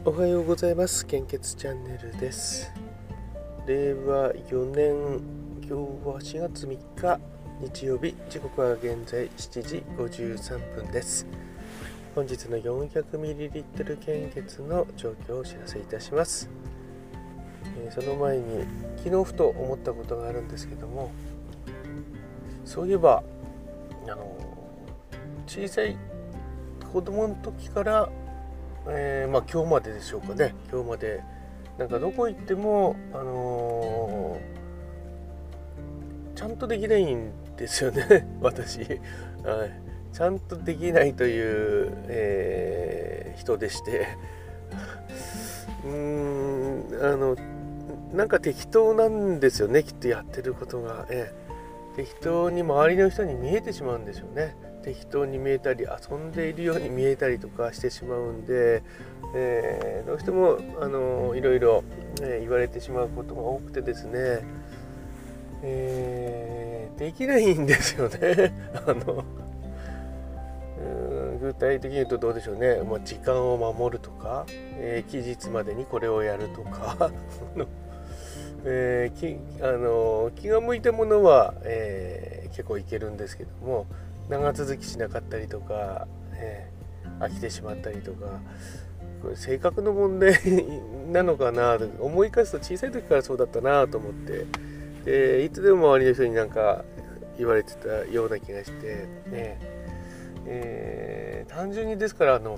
おはようございます。献血チャンネルです。令和4年、今日は4月3日日曜日、時刻は現在7時53分です。本日の 400ml 献血の状況をお知らせいたします。その前に昨日ふと思ったことがあるんですけども、そういえば小さい子供の時から今日まででしょうかね。今日までなんかどこ行ってもちゃんとできないんですよね私、はい、ちゃんとできないという、人でしてなんか適当なんですよね、きっとやってることが、適当に周りの人に見えてしまうんですよね。適当に見えたり遊んでいるように見えたりとかしてしまうんで、どうしてもいろいろ、言われてしまうことが多くてですね、できないんですよね具体的に言うとどうでしょうね、時間を守るとか、期日までにこれをやるとか気が向いたものは、結構いけるんですけども、長続きしなかったりとか、飽きてしまったりとか、これ性格の問題なのかなと思い返すと、小さい時からそうだったなと思って、でいつでも周りの人になんか言われてたような気がして、単純にですから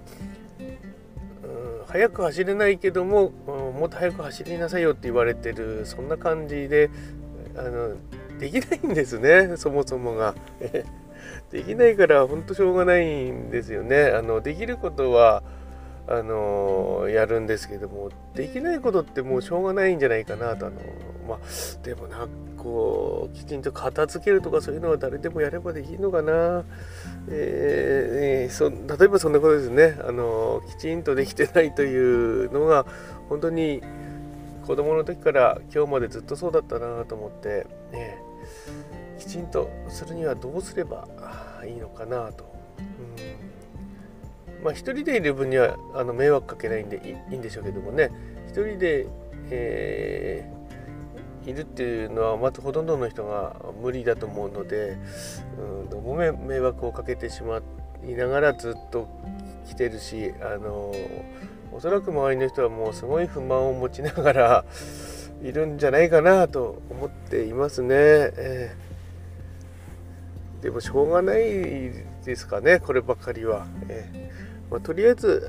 速く走れないけども、もっと速く走りなさいよって言われてる、そんな感じでできないんですね、そもそもができないから本当しょうがないんですよね。できることはやるんですけども、できないことってもうしょうがないんじゃないかなと。でもきちんと片付けるとかそういうのは誰でもやればできるのかな。例えばそんなことですね。きちんとできてないというのが本当に子供の時から今日までずっとそうだったなと思って、きちんとするにはどうすればいいのかなと。一人でいる分には迷惑かけないんでいいんでしょうけどもね、一人で、いるっていうのはまずほとんどの人が無理だと思うので、どうも迷惑をかけてしまいながらずっと来てるし、おそらく周りの人はもうすごい不満を持ちながらいるんじゃないかなと思っていますね。でもしょうがないですかね、こればかりは。とりあえず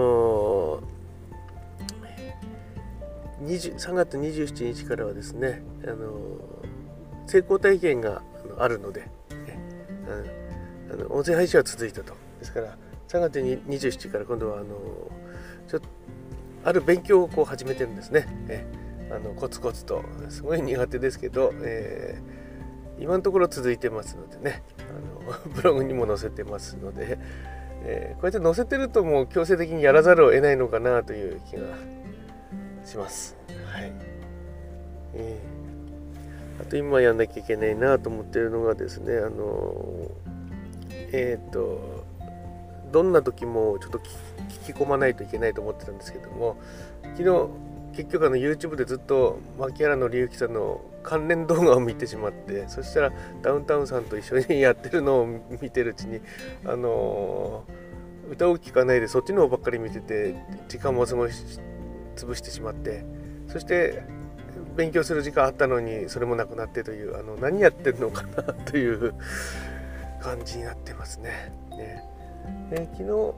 3月27日からはですね、成功体験があるので、音声配信は続いたと。ですから3月27日から今度はある勉強を始めてるんですね。コツコツと、すごい苦手ですけど、今のところ続いてますのでね、ブログにも載せてますので、こうやって載せてるともう強制的にやらざるを得ないのかなという気がします。はい。あと今やんなきゃいけないなと思っているのがですね、どんな時もちょっと聞き込まないといけないと思ってたんですけども、昨日結局YouTube でずっと牧原紀之さんの関連動画を見てしまって、そしたらダウンタウンさんと一緒にやってるのを見てるうちに歌を聴かないでそっちの方ばっかり見てて、時間も潰してしまって、そして勉強する時間あったのにそれもなくなってという、何やってるのかなという感じになってますね。昨日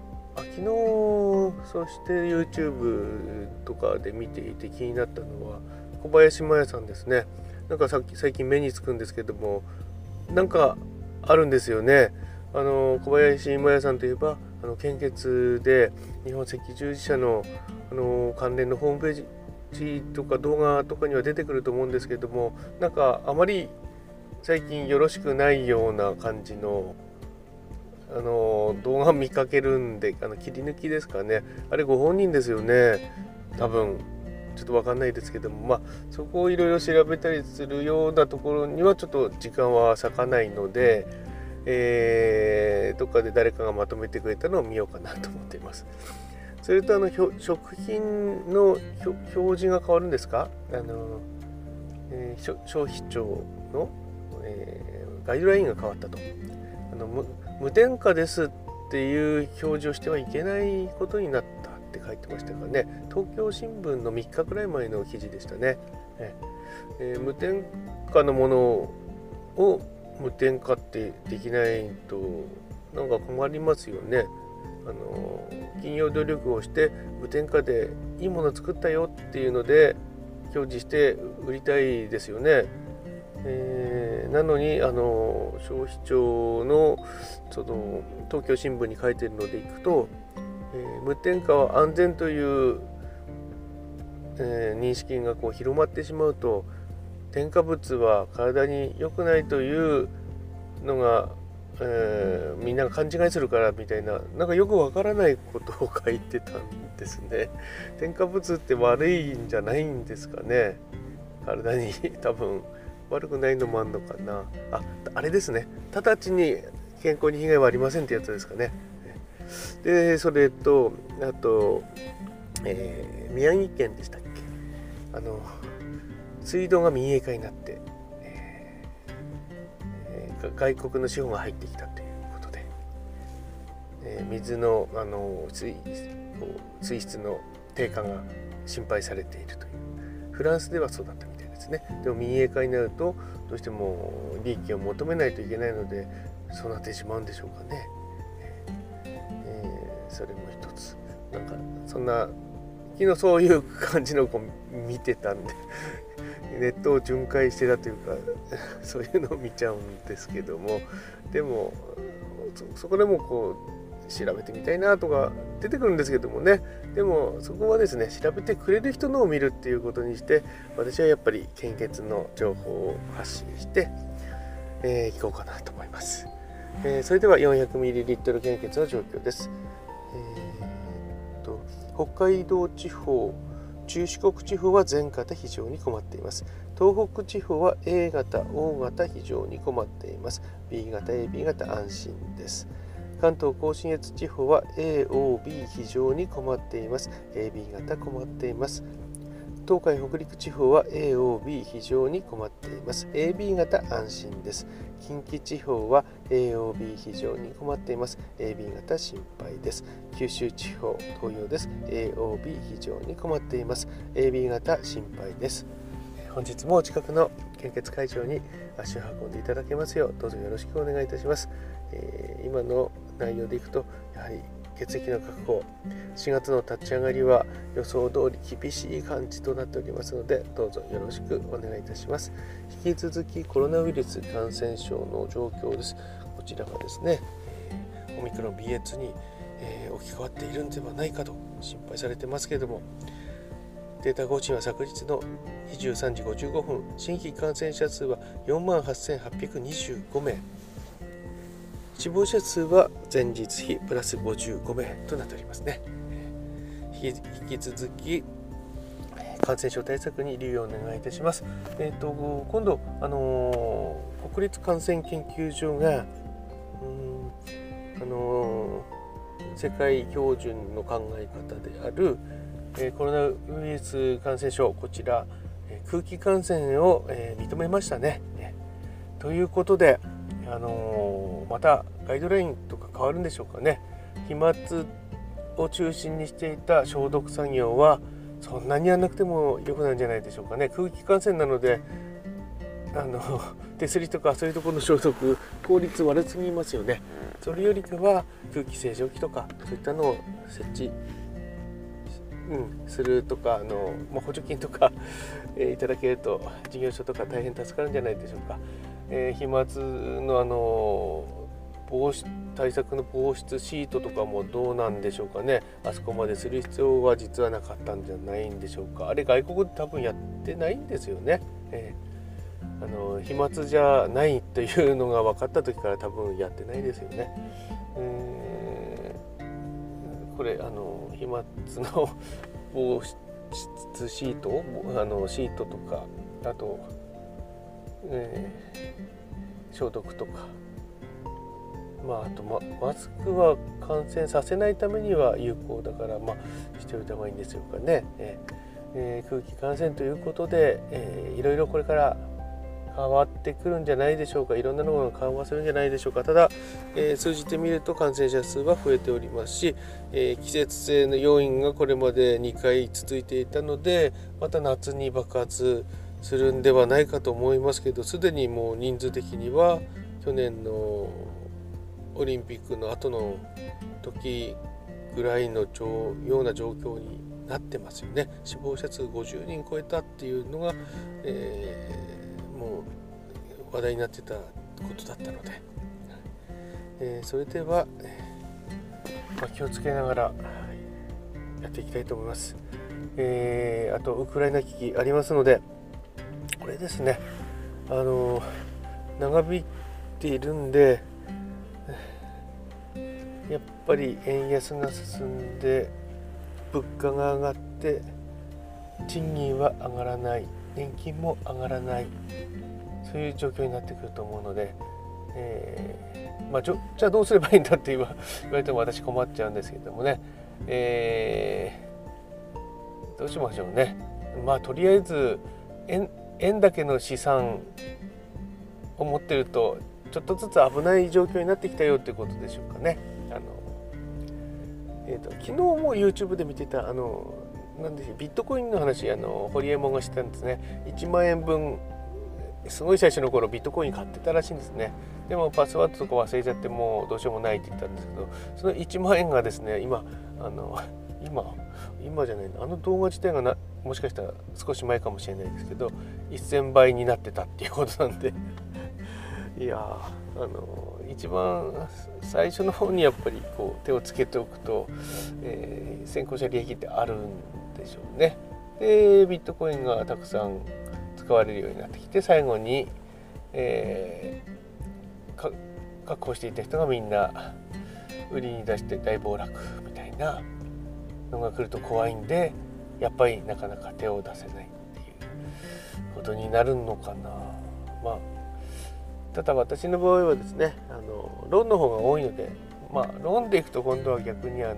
そして YouTube とかで見ていて気になったのは小林麻耶さんですね。なんか最近目につくんですけども、なんかあるんですよね。小林麻耶さんといえば献血で日本赤十字社の関連のホームページとか動画とかには出てくると思うんですけども、なんかあまり最近よろしくないような感じの動画見かけるんで、切り抜きですかね、あれご本人ですよね、多分。ちょっと分かんないですけども、そこをいろいろ調べたりするようなところにはちょっと時間は割かないので、どっかで誰かがまとめてくれたのを見ようかなと思っています。 それと食品の表示が変わるんですか？消費庁の、ガイドラインが変わったと。無添加ですっていう表示をしてはいけないことになったって書いてましたからね。東京新聞の3日くらい前の記事でしたね。無添加のものを無添加ってできないとなんか困りますよね。企業努力をして無添加でいいもの作ったよっていうので表示して売りたいですよね。なのに消費庁のその東京新聞に書いてるのでいくと、無添加は安全という、認識がこう広まってしまうと、添加物は体に良くないというのが、みんなが勘違いするからみたいな、なんかよくわからないことを書いてたんですね。添加物って悪いんじゃないんですかね。体に多分悪くないのもあるのかな。あれですね。直ちに健康に被害はありませんってやつですかね。で、それとあと、宮城県でしたっけ。水道が民営化になって、外国の資本が入ってきたということで、水の、水質の低下が心配されているという。フランスではそうだったみたいですね。でも民営化になるとどうしても利益を求めないといけないのでそうなってしまうんでしょうかね。それも一つなんかそんな昨日そういう感じの子見てたんでネットを巡回してたというかそういうのを見ちゃうんですけども、でも そこでもこう調べてみたいなとか出てくるんですけどもね。でもそこはですね、調べてくれる人のを見るっていうことにして、私はやっぱり献血の情報を発信していこうかなと思います。それでは 400ml 献血の状況です。北海道地方、中四国地方は全型非常に困っています。東北地方は A 型、O 型非常に困っています。B 型、AB 型安心です。関東甲信越地方は AOB 非常に困っています。AB 型困っています。東海北陸地方は AOB 非常に困っています。AB 型安心です。近畿地方は AOB 非常に困っています。AB 型心配です。九州地方同様です。AOB 非常に困っています。AB 型心配です。本日もお近くの献血会場に足を運んでいただけますようどうぞよろしくお願いいたします。今の内容でいくとやはり血液の確保、4月の立ち上がりは予想通り厳しい感じとなっておりますのでどうぞよろしくお願いいたします。引き続きコロナウイルス感染症の状況です。こちらがですね、オミクロン BA.2 に、置き換わっているのではないかと心配されてますけれども、データ更新は昨日の23時55分、新規感染者数は 48,825 名、死亡者数は前日比プラス55名となっておりますね。引き続き感染症対策に留意をお願いいたします。今度、国立感染研究所が世界標準の考え方であるコロナウイルス感染症、こちら空気感染を認めましたね。ということでまたガイドラインとか変わるんでしょうかね。飛沫を中心にしていた消毒作業はそんなにやらなくても良くなるんじゃないでしょうかね。空気感染なので手すりとかそういうところの消毒効率悪すぎますよね。それよりかは空気清浄機とかそういったのを設置、するとか補助金とか、いただけると事業所とか大変助かるんじゃないでしょうか。飛沫の対策の防湿シートとかもどうなんでしょうかね。あそこまでする必要は実はなかったんじゃないんでしょうか。あれ外国で多分やってないんですよね。飛沫じゃないというのが分かった時から多分やってないですよね。これ飛沫の防湿シートシートとかあと、消毒とかあとマスクは感染させないためには有効だから、しておいた方がいいんでしょうかね。空気感染ということで、いろいろこれから変わってくるんじゃないでしょうか。いろんなのが緩和するんじゃないでしょうか。ただ、数字で見ると感染者数は増えておりますし、季節性の要因がこれまで2回続いていたので、また夏に爆発するんではないかと思いますけど、すでにもう人数的には去年のオリンピックの後の時ぐらいのような状況になってますよね。死亡者数50人超えたっていうのが、もう話題になってたことだったので、それでは、気をつけながらやっていきたいと思います。あとウクライナ危機ありますので、これですね、長引いているんで、やっぱり円安が進んで物価が上がって賃金は上がらない、年金も上がらない、そういう状況になってくると思うので、じゃあどうすればいいんだって言われても私困っちゃうんですけどもね、どうしましょうね。とりあえず円だけの資産を持ってるとちょっとずつ危ない状況になってきたよっていうことでしょうかね。昨日も YouTube で見てたなんでビットコインの話、ホリエモンがしてたんですね。1万円分すごい最初の頃ビットコイン買ってたらしいんですね。でもパスワードとか忘れちゃってもうどうしようもないって言ったんですけど、その1万円がですね、今じゃないの、動画自体がもしかしたら少し前かもしれないですけど1000倍になってたっていうことなんでいや一番最初の方にやっぱりこう手をつけておくと、先行者利益ってあるんでしょうね。でビットコインがたくさん使われるようになってきて、最後に、確保していた人がみんな売りに出して大暴落みたいなのが来ると怖いんで、やっぱりなかなか手を出せないっていうことになるのかな。ただ私の場合はですね、ローンの方が多いので、ローンでいくと今度は逆に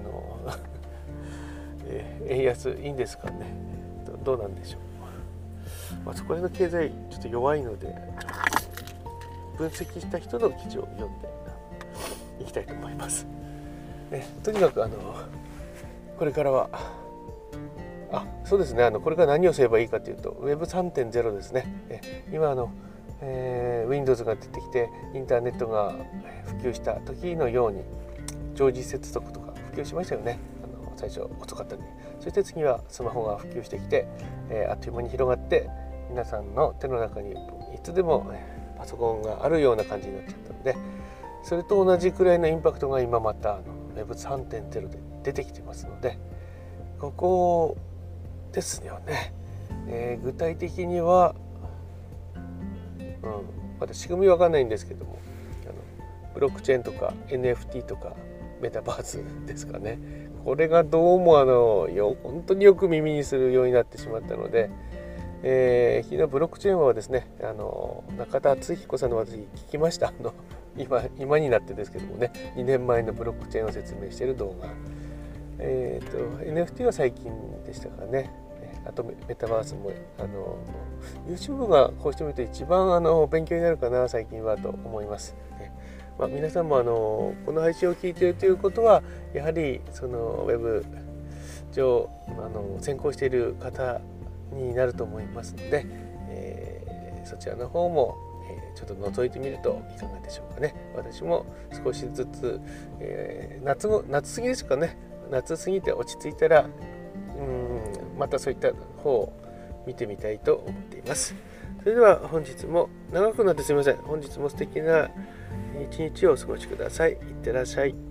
円安いいんですかね。どうなんでしょう。そこら辺の経済ちょっと弱いので、分析した人の記事を読んでいきたいと思います。とにかくこれからはそうですね、これから何をすればいいかというと Web3.0 ですね。今Windows が出てきてインターネットが普及した時のように常時接続とか普及しましたよね。最初遅かったのに。そして次はスマホが普及してきて、あっという間に広がって皆さんの手の中にいつでもパソコンがあるような感じになっちゃったので、それと同じくらいのインパクトが今またWeb3.0 で出てきてますので、ここですよね。具体的にはまだ仕組みわかんないんですけども、ブロックチェーンとか NFT とかメタバースですかね。これがどうも本当によく耳にするようになってしまったので、昨日ブロックチェーンはですね、中田敦彦さんの私聞きました。今になってですけどもね、2年前のブロックチェーンを説明している動画、NFT は最近でしたからね。あとメタバースもYouTube がこうしてみると一番勉強になるかな最近はと思います。皆さんもこの配信を聞いているということはやはりそのウェブ上先行している方になると思いますので、そちらの方もちょっと覗いてみるといかがでしょうかね。私も少しずつ、夏過ぎですかね。夏過ぎて落ち着いたらまたそういった方を見てみたいと思っています。それでは本日も長くなってすみません。本日も素敵な一日をお過ごしください。いってらっしゃい。